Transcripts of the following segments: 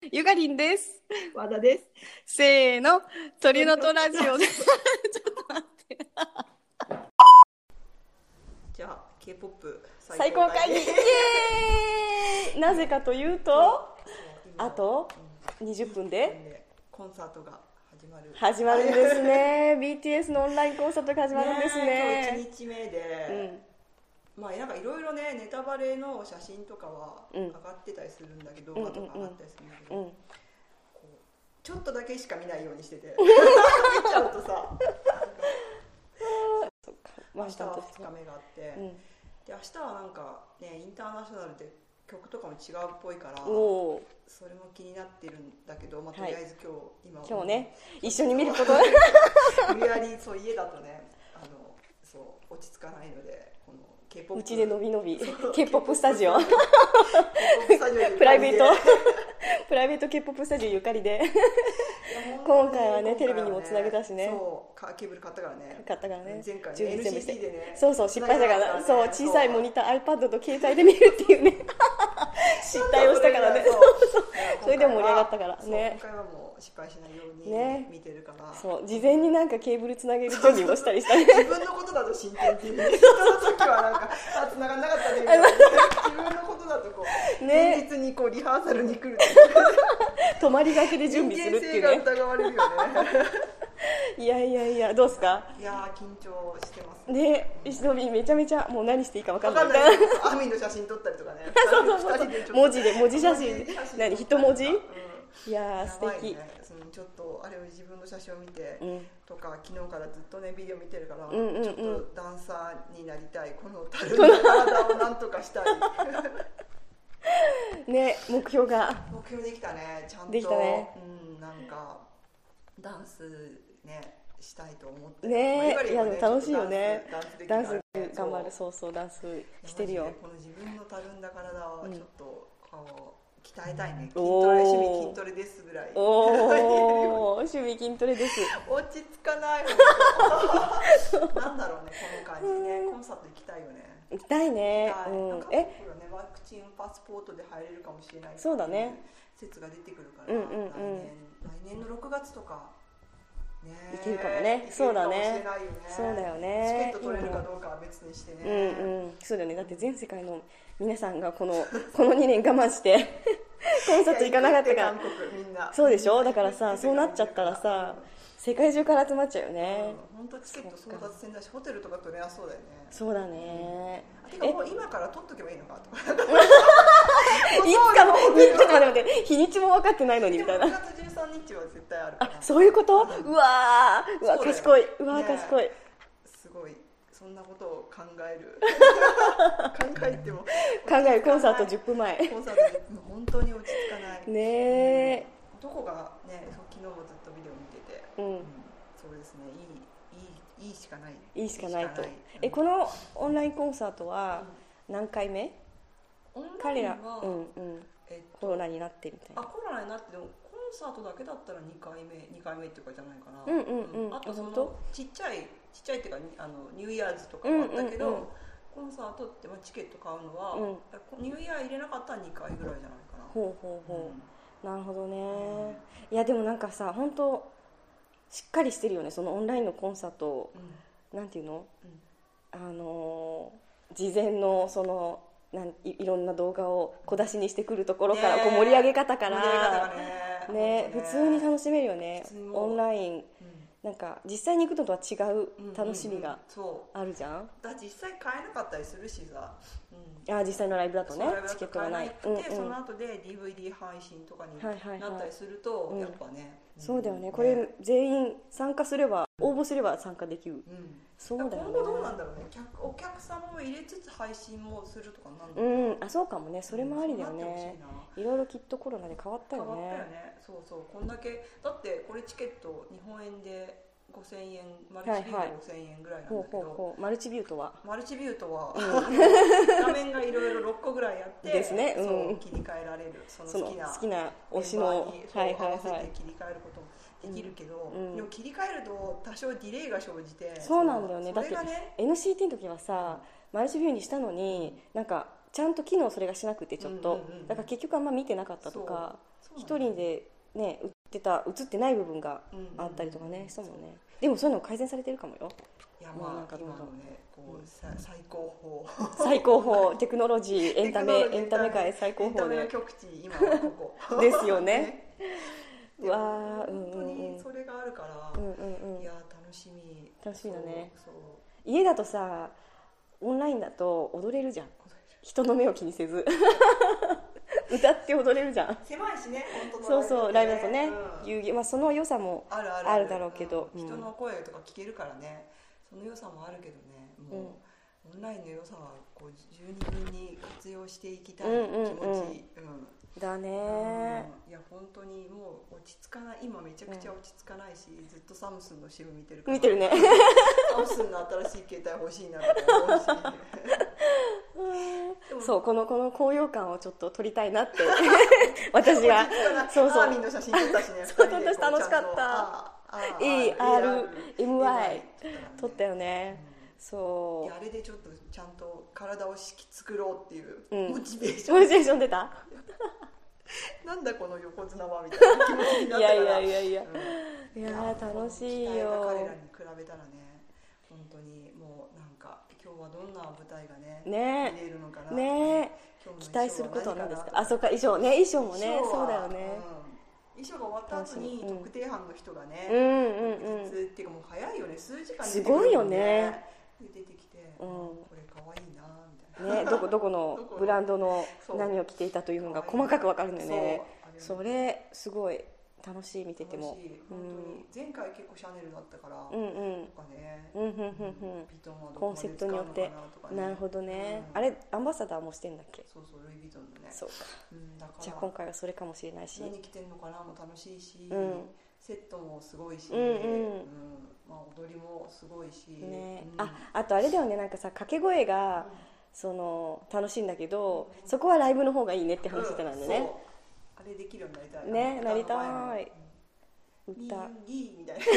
ゆかりんです。 和田です。 せーの、鳥のとラジオで。ちょっと待って。 じゃあ K-POP 最高会議イエーイ。なぜかというと、あと20分でコンサートが始まるんですね。BTS のオンラインコンサートが始まるんですね。 今日1日目で、まあなんかいろいろね、ネタバレの写真とかは上がってたりするんだけど、動画とか上がったりするんだけど、こうちょっとだけしか見ないようにしてて見ちゃうとさ明日は2日目があって、で明日はなんかね、インターナショナルで曲とかも違うっぽいから、それも気になってるんだけど、まあ、とりあえず今日ね、一緒に見ること無理やりそう家だとね、そう落ち着かないので、この K-POP うちでのびのび K-POP スタジオプライベート K-POP スタジオゆかりで今回はね、テレビにもつなげたしね。 そうケーブル買ったからね。前回充実全部して、 でね、 そう失敗したから、そう小さいモニター iPad と携帯で見るっていうね失態をしたからね。それでも盛り上がったからね。 今回はもう失敗しないように見てるから、 そう事前になんかケーブルつなげる準備もしたりしたね。 自分のことだと真剣っていうね、人の時はなんかつながんなかったねみたいな、自分のことだとこう現実にこうリハーサルに来る泊まりがけで準備するっていうね。 人間性が疑われるよねいやどうすか。 いや緊張してますね。石野びめちゃめちゃもう何していいか分かんない。 アミの写真撮ったりとかね。 そう文字写真、何一文字、いや素敵、 ちょっとあれを自分の写真を見て、とか昨日からずっとねビデオ見てるから、ちょっとダンサーになりたい、このたるんだ体をなんとかしたいね、目標できたね、ちゃんとできたね。 なんかダンスねしたいと思ってね。いやでも楽しいよね。ダンス頑張る。そうダンスしてるよ。 この自分のたるんだ体をちょっと鍛えたいね。趣味筋トレですぐらい。 趣味筋トレです。 落ち着かないなんだろうね、この感じね。コンサート行きたいよね。 行きたいね。 ワクチンパスポートで入れるかもしれない。 そうだね。 説が出てくるから、来年の6月とかいけるかもね。そうだね。そうだよね。 チケット取れるかどうかは別にしてね。 そうだよね。だって全世界の皆さんがこの2年我慢してコンサート行かなかったから。 みんなそうでしょ。だからさ、そうなっちゃったらさ、世界中から集まっちゃうよね。 本当チケット争奪戦だし、ホテルとか取れやすそうだよね。 そうだね。 てかもう今から取っとけばいいのかとか。 いつかのちょっと待って、日にちも分かってないのにみたいな。 6月13日は絶対あるから。 そういうこと。うわ賢い。賢い。 すごい。そんなことを考えるコンサート10分前。 コンサート10分本当に落ち着かないね。 どこがね、昨日もずっとビデオ見てて、そうですね、いいしかない。 いいしかないと。このオンラインコンサートは何回目？彼らコロナになってみたいな。 コロナになってでもコンサートだけだったら2回目っていうかじゃないかな。あとそのちっちゃいっていうかニューイヤーズとかもあったけど、コンサートってチケット買うのはニューイヤー入れなかったら2回ぐらいじゃないかな。 なるほどね。いやでもなんかさ、本当しっかりしてるよね、そのオンラインのコンサート。なんていうの、事前のそのいろんな動画を小出しにしてくるところから、こう盛り上げ方からね、普通に楽しめるよね。オンラインなんか実際に行くのとは違う楽しみがあるじゃん。 実際買えなかったりするしさ、 実際のライブだとね、チケットがない。 その後で DVD 配信とかになったりすると、やっぱね、 そうだよね。これ全員参加すれば、応募すれば参加できる。そうだよね。 今後どうなんだろうね。お客様も入れつつ配信もするとかなんだろう。 そうかもね。それもありだよね。いろいろきっとコロナで変わったよね。 そうこんだけだってこれチケット日本円で5000円、マルチビュート5000円ぐらいなんだけど、 マルチビュートは画面がいろいろ6個ぐらいあってですね、 切り替えられる、その好きな推しの合わせて切り替えることもできるけど、でも切り替えると多少ディレイが生じて。 そうなんだよね。だって NCT の時はさ、マルチビューにしたのになんかちゃんと機能それがしなくてちょっと、だから結局あんま見てなかったとか、一人でね映ってない部分があったりとかね、したもんね。でもそういうの改善されてるかもよ。 いや、まあなんか今のねこう最高峰テクノロジーエンタメ界最高峰で、エンタメの極地今はここですよね。 うわー、本当にそれがあるから、いや楽しみだね。家だとさ、オンラインだと踊れるじゃん、人の目を気にせず歌って踊れるじゃん。 狭いしね、本当そうそう、ライブだとね、まあ、その良さもあるだろうけど、 人の声とか聞けるからね、その良さもあるけどね、もう、オンラインの良さはこう十二分に活用していきたい気持ちだね。 いや本当にもう落ち着かない、今めちゃくちゃ落ち着かないし、ずっとサムスンの CM 見てるから。見てるね。サムスンの新しい携帯欲しいなって思うし。 そう、この高揚感をちょっと撮りたいなって私がそうアーミンの写真撮ったしね。 そう、撮ったし楽しかった。ARMY 撮ったよね。そう。 あれでちょっとちゃんと体を作ろうっていうモチベーション出た。 なんだこの横綱はみたいな気持ちになったから。 いや楽しいよ。 彼らに比べたらね、本当にもうなんか今日はどんな舞台がね見れるのかなね。期待することは何ですか。あ、そうか、衣装ね、衣装もね、そうだよね。 衣装が終わった後に特定班の人がね、っていうかもう早いよね、数時間すごいよね。 出てきて、これ可愛いなみたいな。 ね、どこのブランドの何を着ていたというのが細かく分かるんだよね。それすごい楽しい、見てても。 本当に前回結構シャネルだったから、とかね、 ビトンはコンセプトによって、なるほどね。あれアンバサダーもしてんだっけ。 そうそう、ルイ・ヴィトンのね。 そうか。じゃあ今回はそれかもしれないし。 何着てんのかなも楽しいし、セットもすごいし、まあ踊りもすごいし。 あとあれだよね、なんかさ、掛け声がその楽しいんだけど、そこはライブの方がいいねって話してたんだね。 あれできるようになりたいね、なりたい。 歌ギーみたいな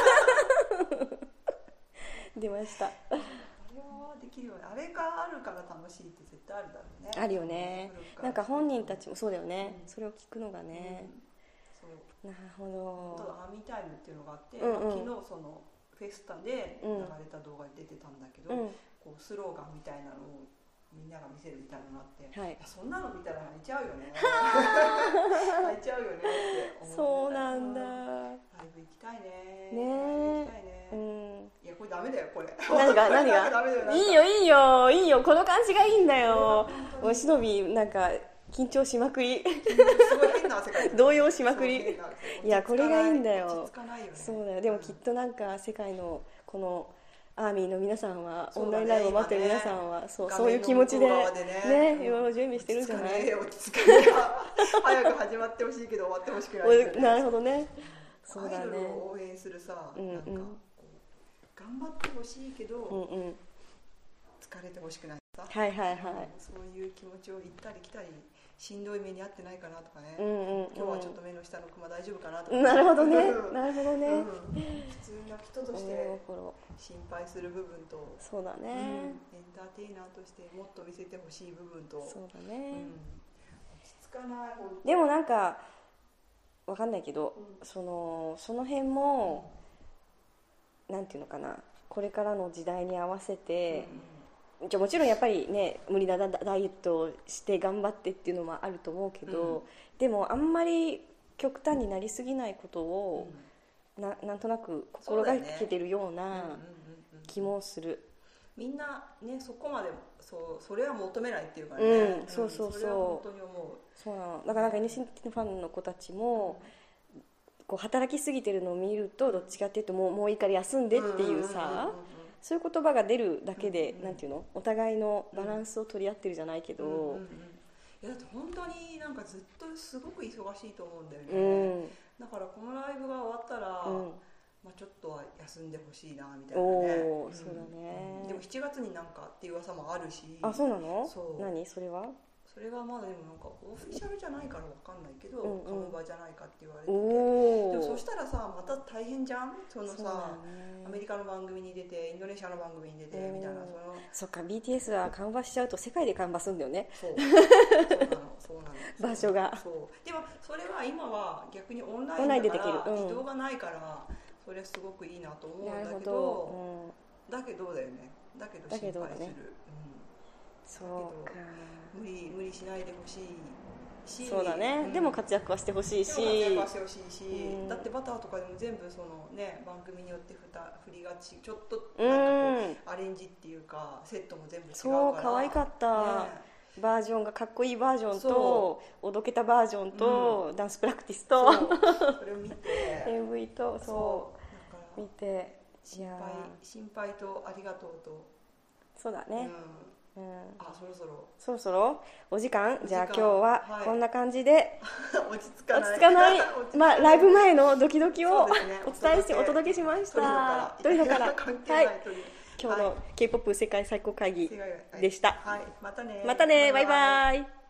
出ました。 あれはできるよね。あれがあるから楽しいって絶対あるだろうね。 あるよね。なんか本人たちもそうだよね。それを聞くのがね。なるほど。 アーミータイムっていうのがあって、昨日そのフェスタで流れた動画に出てたんだけど、こうスローガンみたいなのをみんなが見せるみたいなのがあって、そんなの見たら泣いちゃうよね。泣いちゃうよねって思う。そうなんだ。 ライブ行きたいね。 ね。 行きたいね。いやこれダメだよこれ。 何が？いいよこの感じがいいんだよ。もうしのびなんか緊張しまくり。 すごい変な世界。 動揺しまくり。いやこれがいいんだよ。 落ち着かないよね。 そうだよ。でもきっとなんか世界のこのアーミーの皆さんは、オンラインライブを待ってる皆さんは、そういう気持ちでね、いろいろ準備してるんじゃない。 落ち着かない。早く始まってほしいけど終わってほしくない。 なるほどね。そうだね。 アイドルを応援するさ、なんか頑張ってほしいけど疲れてほしくないさ。 はいはいはい。 そういう気持ちを行ったり来たり。しんどい目に遭ってないかなとかね、今日はちょっと目の下のクマ大丈夫かなとか、 なるほどね、なるほどね、 普通な人として心配する部分と、 そうだね、 エンターテイナーとしてもっと見せてほしい部分と、 そうだね、 落ち着かない。 でもなんかわかんないけど、その辺もなんていうのかな、これからの時代に合わせて、もちろんやっぱりね、無理なダイエットをして頑張ってっていうのもあると思うけど、でもあんまり極端になりすぎないことを、なんとなく心がけてるような気もする。 みんなね、そこまでそれは求めないっていうかね、 そうそれは本当に思う。そうなの。だからなんか NCT ファンの子たちも、こう働きすぎてるのを見ると、どっちかっていうともういいから休んでっていうさ、そういう言葉が出るだけで、なんていうの、お互いのバランスを取り合ってるじゃないけど、 いやだって本当になんかずっとすごく忙しいと思うんだよね、だからこのライブが終わったら、まあ、ちょっとは休んでほしいなみたいなね。 そうだね。 でも7月になんかっていう噂もあるし。 あ、そうなの？何それは？ そそれがまだでもなんかオフィシャルじゃないからわかんないけど、カムバじゃないかって言われてて、でもそしたらさまた大変じゃん、そのさ、アメリカの番組に出てインドネシアの番組に出てみたいな、 そっか BTS はカンバしちゃうと世界でカンバすんだよね。 そうなの場所が。 そうでもそれは今は逆にオンラインだから移動がないから、それはすごくいいなと思うんだけど、だけどだよね、だけど心配する、 そうか、 無理しないでほしいし、 そうだね、でも活躍はしてほしいし、 だってバターとかでも全部そのね番組によって振りがちょっとなんかこうアレンジっていうかセットも全部違うから、 そう可愛かった、バージョンがかっこいいバージョンとおどけたバージョンと、ダンスプラクティスとそれを見て MV とそう見て、 心配とありがとうと、 そうだね、 そろそろお時間、じゃあ今日はこんな感じで、 落ち着かないまあライブ前のドキドキをお伝えしてお届けしました。トリノから、はい、今日の K-POP 世界最高会議でした。 またね、 バイバイ。